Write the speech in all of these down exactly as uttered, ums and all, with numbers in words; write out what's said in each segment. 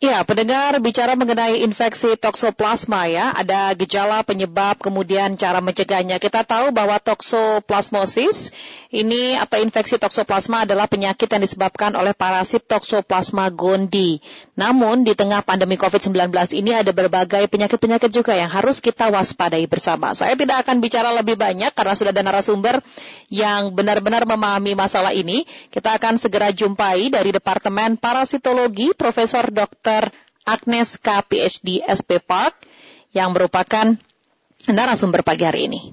Ya, pendengar, bicara mengenai infeksi toksoplasma ya, ada gejala penyebab kemudian cara mencegahnya. Kita tahu bahwa toksoplasmosis ini atau infeksi toksoplasma adalah penyakit yang disebabkan oleh parasit Toxoplasma gondii. Namun di tengah pandemi covid sembilan belas ini ada berbagai penyakit-penyakit juga yang harus kita waspadai bersama. Saya tidak akan bicara lebih banyak karena sudah ada narasumber yang benar-benar memahami masalah ini. Kita akan segera jumpai dari Departemen Parasitologi Profesor Doktor Agnes K. P H D S P Park yang merupakan narasumber pagi hari ini.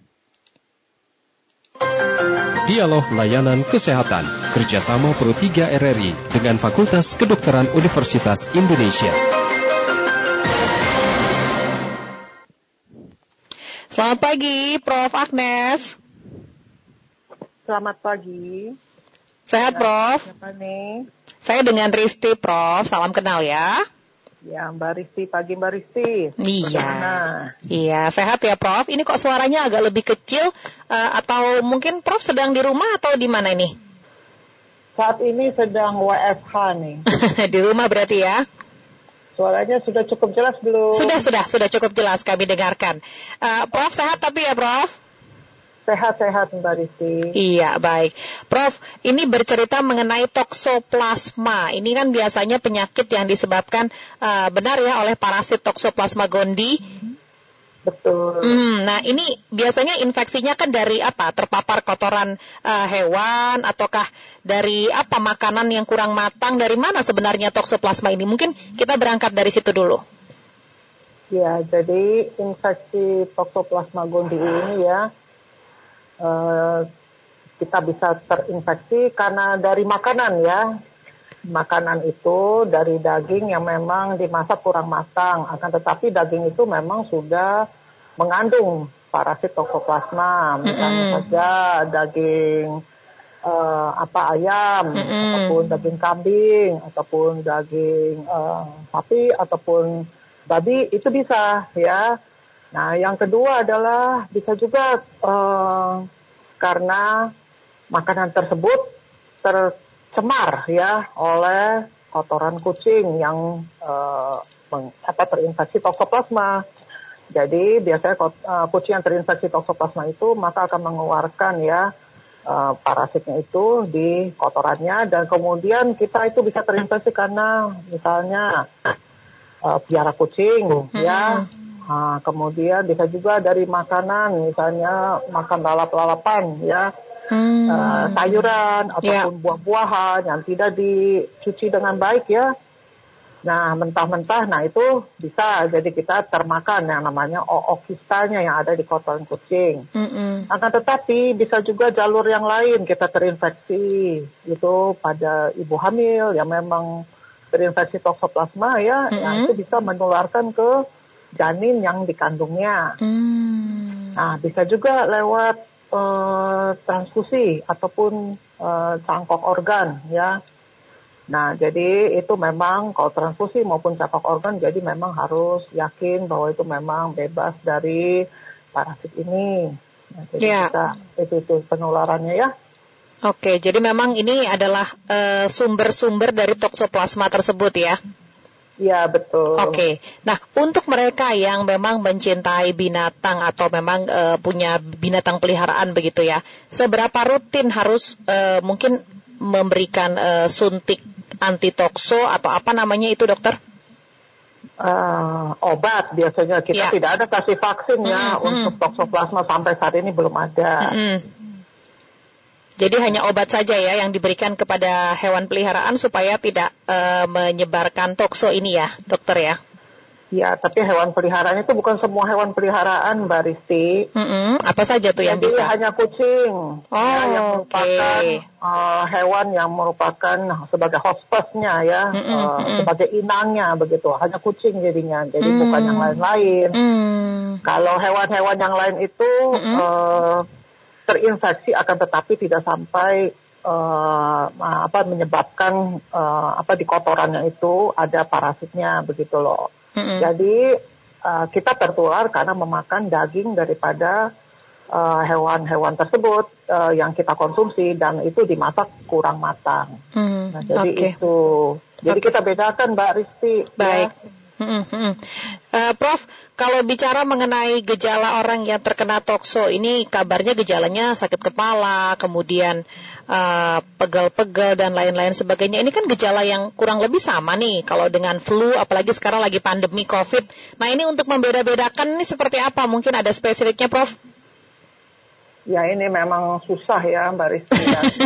Dialog Layanan Kesehatan kerjasama Pro tiga R R I dengan Fakultas Kedokteran Universitas Indonesia. Selamat pagi, Profesor Agnes. Selamat pagi. Sehat, Prof? Siapa nih? Saya dengan Risti, Prof. Salam kenal ya. Ya, Mbak Risti. Pagi, Mbak Risti. Iya. Bagaimana? Iya, sehat ya, Prof. Ini kok suaranya agak lebih kecil, uh, atau mungkin Prof sedang di rumah atau di mana ini? Saat ini sedang W F H nih. Di rumah berarti ya? Suaranya sudah cukup jelas belum? Sudah, sudah, sudah cukup jelas kami dengarkan. Uh, Prof sehat tapi ya, Prof? Sehat-sehat, Mbak Risti. Iya, baik. Prof, ini bercerita mengenai toksoplasma. Ini kan biasanya penyakit yang disebabkan uh, benar ya oleh parasit Toxoplasma gondii. Betul. Hmm, nah, ini biasanya infeksinya kan dari apa? Terpapar kotoran uh, hewan ataukah dari apa makanan yang kurang matang? Dari mana sebenarnya toksoplasma ini? Mungkin kita berangkat dari situ dulu. Ya, jadi infeksi Toxoplasma gondii ini ya, Uh, kita bisa terinfeksi karena dari makanan ya. Makanan itu dari daging yang memang dimasak kurang matang. Akan tetapi daging itu memang sudah mengandung parasit Toxoplasma. Misalnya mm-hmm. saja daging uh, apa ayam, mm-hmm. ataupun daging kambing, ataupun daging uh, sapi, ataupun babi, itu bisa ya. Nah, yang kedua adalah bisa juga uh, karena makanan tersebut tercemar ya oleh kotoran kucing yang uh, meng, apa, terinfeksi toksoplasma. Jadi biasanya uh, kucing yang terinfeksi toksoplasma itu maka akan mengeluarkan ya uh, parasitnya itu di kotorannya, dan kemudian kita itu bisa terinfeksi karena misalnya uh, piara kucing hmm. ya. Nah, kemudian bisa juga dari makanan, misalnya makan lalap-lalapan ya, hmm. uh, sayuran ataupun yeah. buah-buahan yang tidak dicuci dengan baik ya. Nah, mentah-mentah, nah itu bisa jadi kita termakan yang namanya ookistanya yang ada di kotoran kucing. Mm-hmm. Akan tetapi bisa juga jalur yang lain kita terinfeksi, itu pada ibu hamil yang memang terinfeksi toksoplasma ya, mm-hmm. yang itu bisa menularkan ke janin yang dikandungnya. Hmm. Nah, bisa juga lewat uh, transfusi ataupun uh, cangkok organ, ya. Nah, jadi itu memang kalau transfusi maupun cangkok organ, jadi memang harus yakin bahwa itu memang bebas dari parasit ini. Nah, jadi yeah. kita, itu, itu penularannya ya. Oke, jadi memang ini adalah uh, sumber-sumber dari toksoplasma tersebut ya. Ya, betul. Oke. Nah, untuk mereka yang memang mencintai binatang atau memang uh, punya binatang peliharaan begitu ya, seberapa rutin harus uh, mungkin memberikan uh, suntik antitokso atau apa namanya itu, dokter? Uh, obat biasanya kita ya. Tidak ada kasih vaksin ya mm-hmm. untuk toksoplasma sampai saat ini belum ada. Mm-hmm. Jadi hanya obat saja ya yang diberikan kepada hewan peliharaan supaya tidak uh, menyebarkan tokso ini ya, dokter ya? Ya, tapi hewan peliharaan itu bukan semua hewan peliharaan, Mbak Risti. Mm-hmm. Apa saja tuh yang Jadi bisa? hanya kucing, oh, ya, yang merupakan okay. uh, hewan yang merupakan sebagai hostess-nya ya, mm-hmm. uh, sebagai inangnya begitu. Hanya kucing jadinya, jadi mm-hmm. bukan yang lain-lain. Mm-hmm. Kalau hewan-hewan yang lain itu mm-hmm. uh, terinfeksi akan tetapi tidak sampai uh, apa menyebabkan uh, apa di kotorannya itu ada parasitnya begitu loh. Mm-hmm. Jadi uh, kita tertular karena memakan daging daripada uh, hewan-hewan tersebut uh, yang kita konsumsi dan itu dimasak kurang matang. Hmm, nah, jadi okay. itu. Jadi okay. kita bedakan, Mbak Risti. Baik. Ya. Hmm, hmm. Uh, Prof, kalau bicara mengenai gejala orang yang terkena tokso, ini kabarnya gejalanya sakit kepala, kemudian uh, pegal-pegal dan lain-lain sebagainya. Ini kan gejala yang kurang lebih sama nih kalau dengan flu, apalagi sekarang lagi pandemi COVID. Nah, ini untuk membeda-bedakan ini seperti apa? Mungkin ada spesifiknya, Prof? Ya, ini memang susah ya, Mbak Rizky.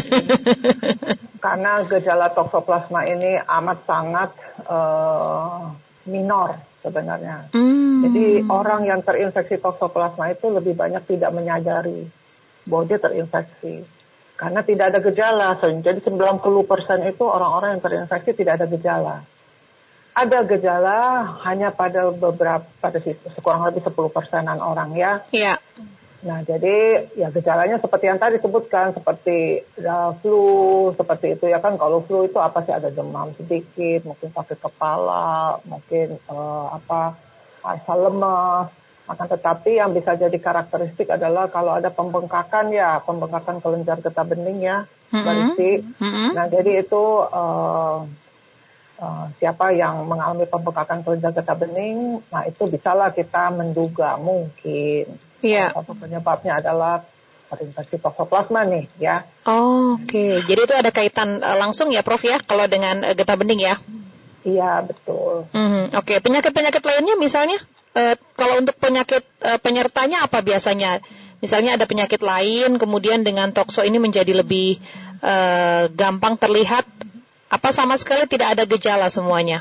Karena gejala toksoplasma ini amat sangat uh, minor sebenarnya. Mm. Jadi orang yang terinfeksi toksoplasma itu lebih banyak tidak menyadari bahwa dia terinfeksi. Karena tidak ada gejala. Jadi sembilan puluh persen itu orang-orang yang terinfeksi tidak ada gejala. Ada gejala hanya pada beberapa, pada kurang lebih sepuluh persenan orang ya. Iya. Yeah. Nah, jadi ya gejalanya seperti yang tadi disebutkan, seperti ya, flu, seperti itu ya kan. Kalau flu itu apa sih, ada demam sedikit, mungkin sakit kepala, mungkin uh, apa rasa lemas. Akan tetapi yang bisa jadi karakteristik adalah kalau ada pembengkakan ya, pembengkakan kelenjar getah bening ya, Mbak Rizky. Mm-hmm. Nah, jadi itu uh, uh, siapa yang mengalami pembengkakan kelenjar getah bening, nah itu bisalah kita menduga mungkin. Iya. Atau penyebabnya adalah terinfeksi toksoplasma nih, ya. Oh, oke. Okay. Jadi itu ada kaitan uh, langsung ya, Prof ya, kalau dengan uh, getah bening ya? Iya, betul. Mm-hmm. Oke. Okay. Penyakit-penyakit lainnya misalnya, uh, kalau untuk penyakit uh, penyertanya apa biasanya? Misalnya ada penyakit lain, kemudian dengan tokso ini menjadi lebih uh, gampang terlihat, apa sama sekali tidak ada gejala semuanya?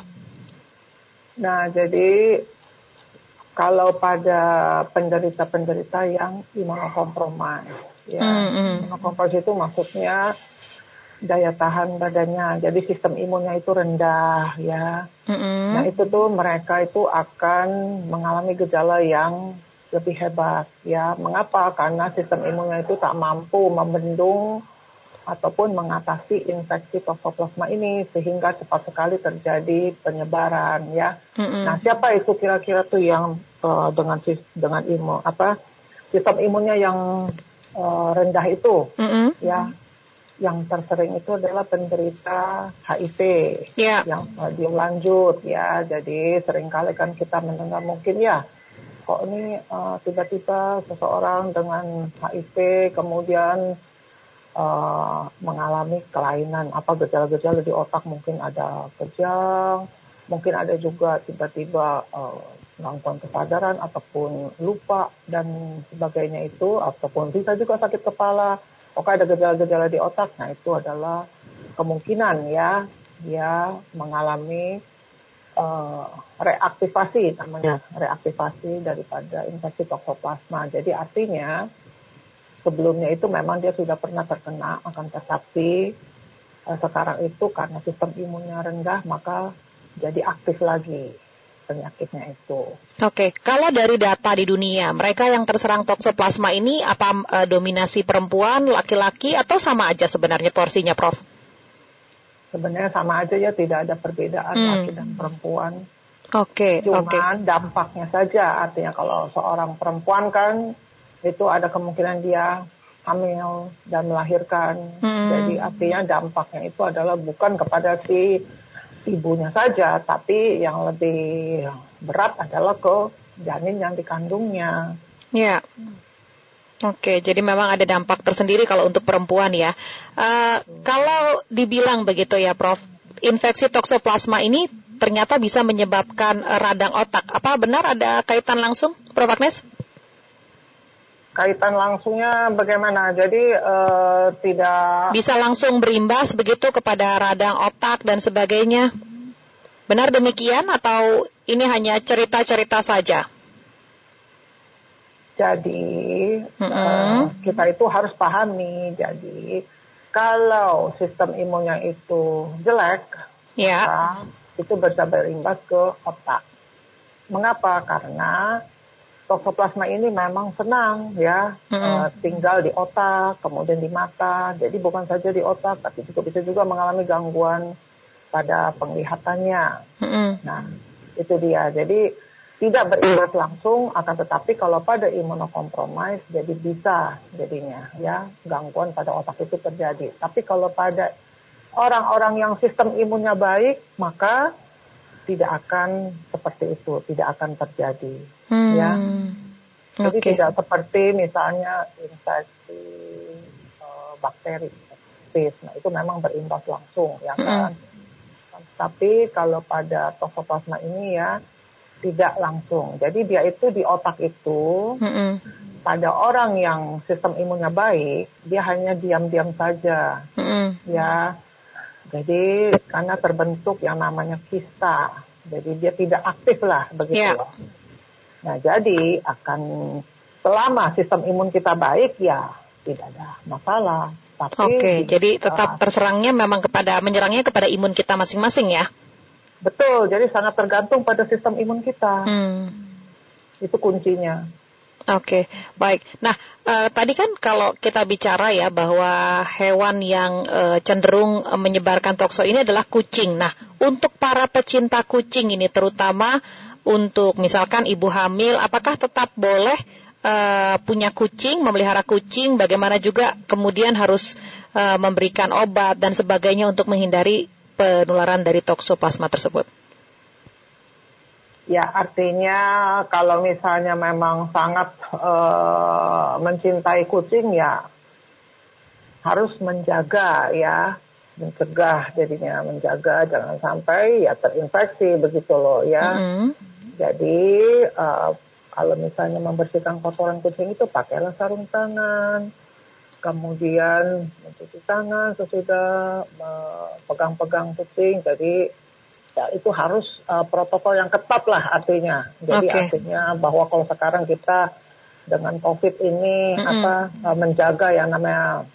Nah, jadi kalau pada penderita-penderita yang imunokompromis, ya, mm-hmm. imunokompromis itu maksudnya daya tahan badannya, jadi sistem imunnya itu rendah, ya. Mm-hmm. Nah itu tuh mereka itu akan mengalami gejala yang lebih hebat, ya. Mengapa? Karena sistem imunnya itu tak mampu membendung ataupun mengatasi infeksi toksoplasma ini sehingga cepat sekali terjadi penyebaran ya. Mm-hmm. Nah, siapa itu kira-kira tuh yang uh, dengan dengan imun apa sistem imunnya yang uh, rendah itu mm-hmm. ya. Yang tersering itu adalah penderita H I V yeah. yang stadium lanjut ya. Jadi seringkali kan kita mendengar mungkin ya kok ini uh, tiba-tiba seseorang dengan H I V kemudian Uh, mengalami kelainan, apa gejala-gejala di otak, mungkin ada kejang, mungkin ada juga tiba-tiba uh, gangguan kesadaran ataupun lupa dan sebagainya itu, ataupun bisa juga sakit kepala, oke ada gejala-gejala di otak. Nah itu adalah kemungkinan ya dia mengalami uh, reaktivasi namanya reaktivasi daripada infeksi toksoplasma. Jadi artinya sebelumnya itu memang dia sudah pernah terkena, akan tetapi eh, sekarang itu karena sistem imunnya rendah maka jadi aktif lagi penyakitnya itu. Oke, kalau dari data di dunia, mereka yang terserang toksoplasma ini apa eh, dominasi perempuan, laki-laki atau sama aja sebenarnya porsinya, Prof? Sebenarnya sama aja ya, tidak ada perbedaan hmm. laki dan perempuan. Oke, Cuman oke. dampaknya saja, artinya kalau seorang perempuan kan itu ada kemungkinan dia hamil dan melahirkan. Hmm. Jadi artinya dampaknya itu adalah bukan kepada si ibunya saja, tapi yang lebih berat adalah ke janin yang dikandungnya. Ya. Oke, jadi memang ada dampak tersendiri kalau untuk perempuan ya. Uh, hmm. Kalau dibilang begitu ya, Prof, infeksi toksoplasma ini ternyata bisa menyebabkan uh, radang otak. Apa benar ada kaitan langsung, Prof Agnes? Kaitan langsungnya bagaimana? Jadi uh, tidak bisa langsung berimbas begitu kepada radang otak dan sebagainya. Benar demikian atau ini hanya cerita-cerita saja? Jadi mm-hmm. uh, kita itu harus pahami. Jadi kalau sistem imunnya itu jelek, yeah. maka itu bisa berimbas ke otak. Mengapa? Karena toksoplasma ini memang senang ya, mm-hmm. uh, tinggal di otak, kemudian di mata. Jadi bukan saja di otak, tapi juga bisa juga mengalami gangguan pada penglihatannya. Mm-hmm. Nah, itu dia. Jadi tidak berimbas langsung, akan tetapi kalau pada imunokompromis jadi bisa jadinya ya gangguan pada otak itu terjadi. Tapi kalau pada orang-orang yang sistem imunnya baik, maka tidak akan seperti itu, tidak akan terjadi. Hmm. Ya. Jadi okay. tidak seperti misalnya infeksi uh, bakteri, nah itu memang berimbas langsung, ya kan. Hmm. Tapi kalau pada toksoplasma ini ya tidak langsung. Jadi dia itu di otak itu, mm-hmm. pada orang yang sistem imunnya baik, dia hanya diam-diam saja, mm-hmm. ya. Jadi karena terbentuk yang namanya kista, jadi dia tidak aktif lah begitu. Yeah. Nah jadi akan selama sistem imun kita baik ya tidak ada masalah. Oke, okay, jadi tetap terserangnya memang kepada menyerangnya kepada imun kita masing-masing ya. Betul, jadi sangat tergantung pada sistem imun kita. Hmm. Itu kuncinya. Oke, okay, baik. Nah, uh, tadi kan kalau kita bicara ya bahwa hewan yang uh, cenderung uh, menyebarkan tokso ini adalah kucing. Nah, untuk para pecinta kucing ini terutama untuk misalkan ibu hamil, apakah tetap boleh uh, punya kucing, memelihara kucing, bagaimana juga kemudian harus uh, memberikan obat dan sebagainya untuk menghindari penularan dari toksoplasma tersebut? Ya, artinya kalau misalnya memang sangat uh, mencintai kucing ya harus menjaga ya, mencegah jadinya, menjaga jangan sampai ya terinfeksi begitu loh ya. Mm-hmm. Jadi uh, kalau misalnya membersihkan kotoran kucing itu pakailah sarung tangan. Kemudian mencuci tangan sesudah pegang-pegang kucing, jadi ya itu harus uh, protokol yang ketat lah artinya. Jadi okay. artinya bahwa kalau sekarang kita dengan COVID ini mm-hmm. apa uh, menjaga yang namanya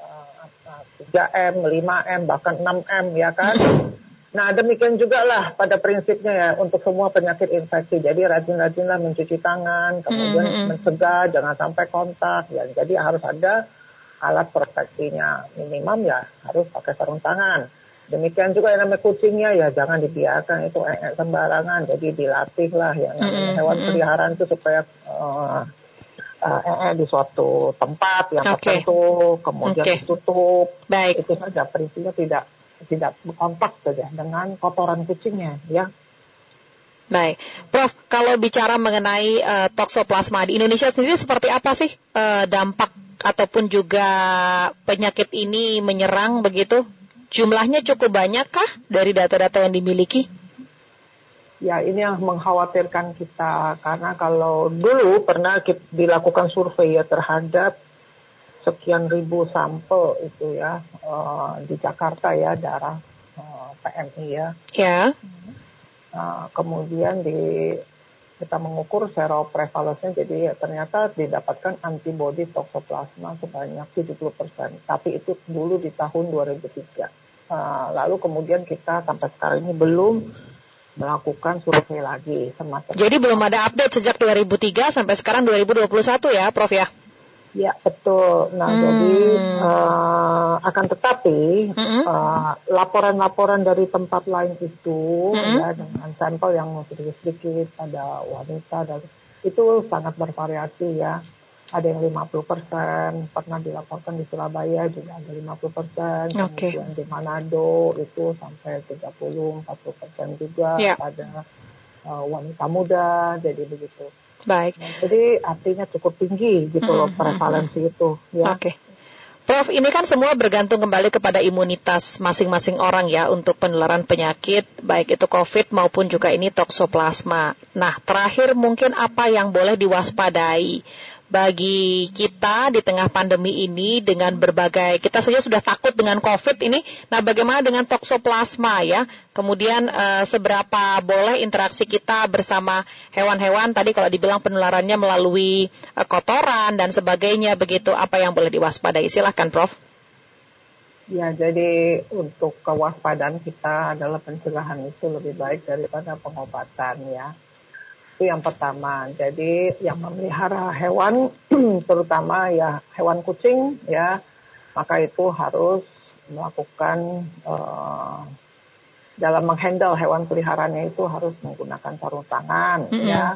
uh, tiga M, lima M, bahkan enam M ya kan. Mm-hmm. Nah demikian juga lah pada prinsipnya ya untuk semua penyakit infeksi. Jadi rajin-rajinlah mencuci tangan, kemudian mm-hmm. mencegah jangan sampai kontak. Ya, jadi harus ada alat proteksinya, minimum ya harus pakai sarung tangan. Demikian juga yang namanya kucingnya ya jangan dibiarkan itu e-e sembarangan. Jadi dilatih lah yang namanya mm-hmm. hewan peliharaan itu supaya uh, uh, e-e di suatu tempat yang okay. tertentu, kemudian okay. ditutup. Baik. Itu saja prinsipnya tidak tidak kontak saja dengan kotoran kucingnya ya. Baik, Prof, kalau bicara mengenai uh, toksoplasma di Indonesia sendiri seperti apa sih uh, dampak ataupun juga penyakit ini menyerang begitu? Jumlahnya cukup banyakkah dari data-data yang dimiliki? Ya, ini yang mengkhawatirkan kita karena kalau dulu pernah kita dilakukan survei ya terhadap sekian ribu sampel itu ya uh, di Jakarta ya darah uh, P M I ya. Ya. Nah, kemudian di kita mengukur seroprevalensinya, jadi ternyata didapatkan antibodi toksoplasma sebanyak tujuh puluh persen. Tapi itu dulu di tahun dua ribu tiga. Uh, lalu kemudian kita sampai sekarang ini belum melakukan survei lagi. Semacam jadi belum ada update sejak dua ribu tiga sampai sekarang dua ribu dua puluh satu ya, Prof ya? Ya, betul. Nah, hmm. jadi uh, akan tetapi hmm. uh, laporan-laporan dari tempat lain itu hmm. ya dengan sampel yang sedikit-sedikit ada wanita dan itu sangat bervariasi ya. Ada yang lima puluh persen, pernah dilaporkan di Surabaya juga ada lima puluh persen, okay. kemudian di Manado itu sampai tiga puluh sampai empat puluh persen juga yeah. pada uh, wanita muda, jadi begitu. Baik. Nah, jadi artinya cukup tinggi gitu loh mm-hmm. prevalensi itu. Ya. Oke. Okay. Prof, ini kan semua bergantung kembali kepada imunitas masing-masing orang ya untuk penularan penyakit, baik itu COVID maupun juga ini toksoplasma. Nah, terakhir mungkin apa yang boleh diwaspadai bagi kita di tengah pandemi ini dengan berbagai, kita saja sudah takut dengan COVID ini, nah bagaimana dengan toksoplasma ya, kemudian e, seberapa boleh interaksi kita bersama hewan-hewan, tadi kalau dibilang penularannya melalui e, kotoran dan sebagainya, begitu, apa yang boleh diwaspadai, silahkan Prof. Ya, jadi untuk kewaspadaan kita adalah pencegahan itu lebih baik daripada pengobatan ya. Itu yang pertama. Jadi yang memelihara hewan, terutama ya hewan kucing ya, maka itu harus melakukan uh, dalam menghandle hewan peliharaannya itu harus menggunakan sarung tangan, mm-hmm. ya.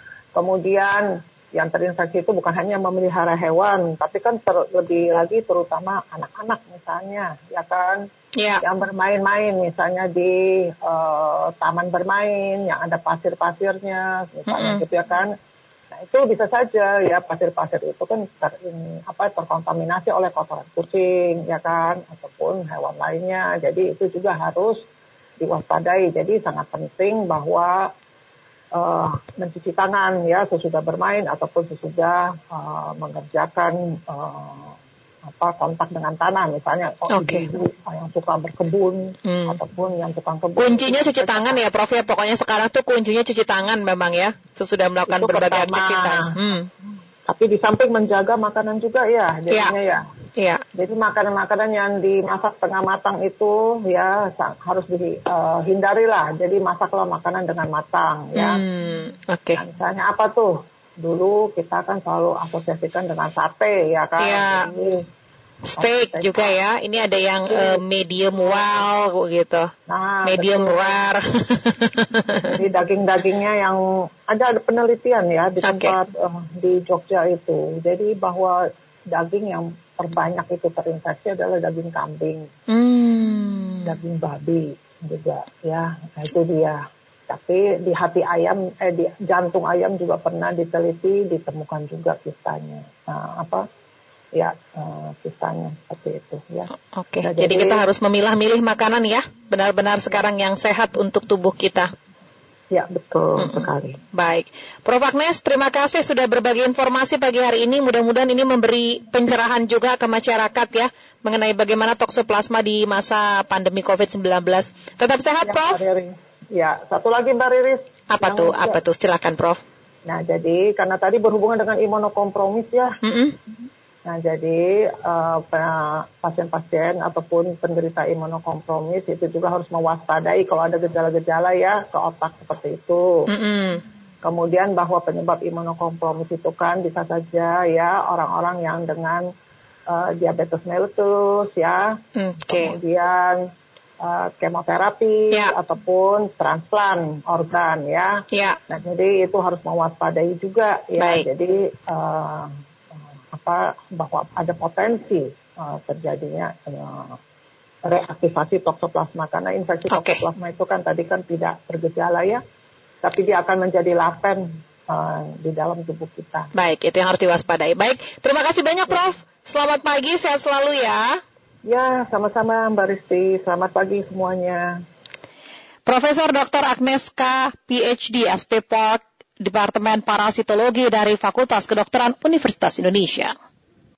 Kemudian yang terinfeksi itu bukan hanya memelihara hewan, tapi kan ter- lebih lagi terutama anak-anak misalnya, ya kan, yeah. yang bermain-main misalnya di uh, taman bermain yang ada pasir-pasirnya, misalnya mm-hmm. gitu ya kan. Nah itu bisa saja ya pasir-pasir itu kan ter, ini, apa, terkontaminasi oleh kotoran kucing, ya kan, ataupun hewan lainnya. Jadi itu juga harus diwaspadai. Jadi sangat penting bahwa Uh, mencuci tangan ya sesudah bermain ataupun sesudah uh, mengerjakan uh, apa kontak dengan tanah misalnya okay. ibu yang suka berkebun hmm. ataupun yang tukang kebun. Kuncinya cuci tangan ya Prof ya, pokoknya sekarang tuh kuncinya cuci tangan memang ya sesudah melakukan itu berbagai pertama. Aktivitas. Hmm. Tapi di samping menjaga makanan juga ya jadinya ya. Iya. Jadi makanan-makanan yang dimasak tengah matang itu ya harus dihindari lah. Jadi masaklah makanan dengan matang ya. Hmm, Oke. Okay. Nah, misalnya apa tuh? Dulu kita kan selalu asosiasikan dengan sate ya kan. Iya. Steak oh, juga ya. Ini ada yang uh, medium well gitu. Nah, medium betul. Rare. Jadi daging-dagingnya yang ada, ada penelitian ya di tempat okay. uh, di Jogja itu. Jadi bahwa daging yang terbanyak itu terinfeksi adalah daging kambing, hmm. daging babi juga ya. Nah, itu dia. Tapi di hati ayam, eh di jantung ayam juga pernah diteliti, ditemukan juga kistanya. Nah, apa? Ya, uh, kistanya seperti itu ya. Oke. Okay. Nah, jadi, jadi kita harus memilah-milih makanan ya, benar-benar sekarang yang sehat untuk tubuh kita. Ya, betul mm-mm. sekali. Baik. Prof Agnes, terima kasih sudah berbagi informasi pagi hari ini. Mudah-mudahan ini memberi pencerahan juga ke masyarakat ya, mengenai bagaimana toksoplasma di masa pandemi covid sembilan belas. Tetap sehat, ya, Prof. Ya, satu lagi Mbak Riris. Apa tuh? Apa tuh? Silakan, Prof. Nah, jadi karena tadi berhubungan dengan imunokompromis ya. Mm-mm. Nah, jadi uh, pasien-pasien ataupun penderita imunokompromis itu juga harus mewaspadai kalau ada gejala-gejala ya ke otak seperti itu. Mm-hmm. Kemudian bahwa penyebab imunokompromis itu kan bisa saja ya orang-orang yang dengan uh, diabetes mellitus ya, okay. kemudian uh, kemoterapi yeah. ataupun transplant organ ya. Yeah. Nah, jadi itu harus mewaspadai juga ya. Baik. Jadi uh, apa bahwa ada potensi uh, terjadinya uh, reaktivasi toksoplasma karena infeksi okay. toksoplasma itu kan tadi kan tidak bergejala ya, tapi dia akan menjadi laten uh, di dalam tubuh kita. Baik, itu yang harus diwaspadai. Baik, terima kasih banyak Prof. Selamat pagi, sehat selalu ya. Ya, sama-sama Mbak Risti. Selamat pagi semuanya. Profesor Doktor Agnes K, P H D, S P P O R K, Departemen Parasitologi dari Fakultas Kedokteran Universitas Indonesia.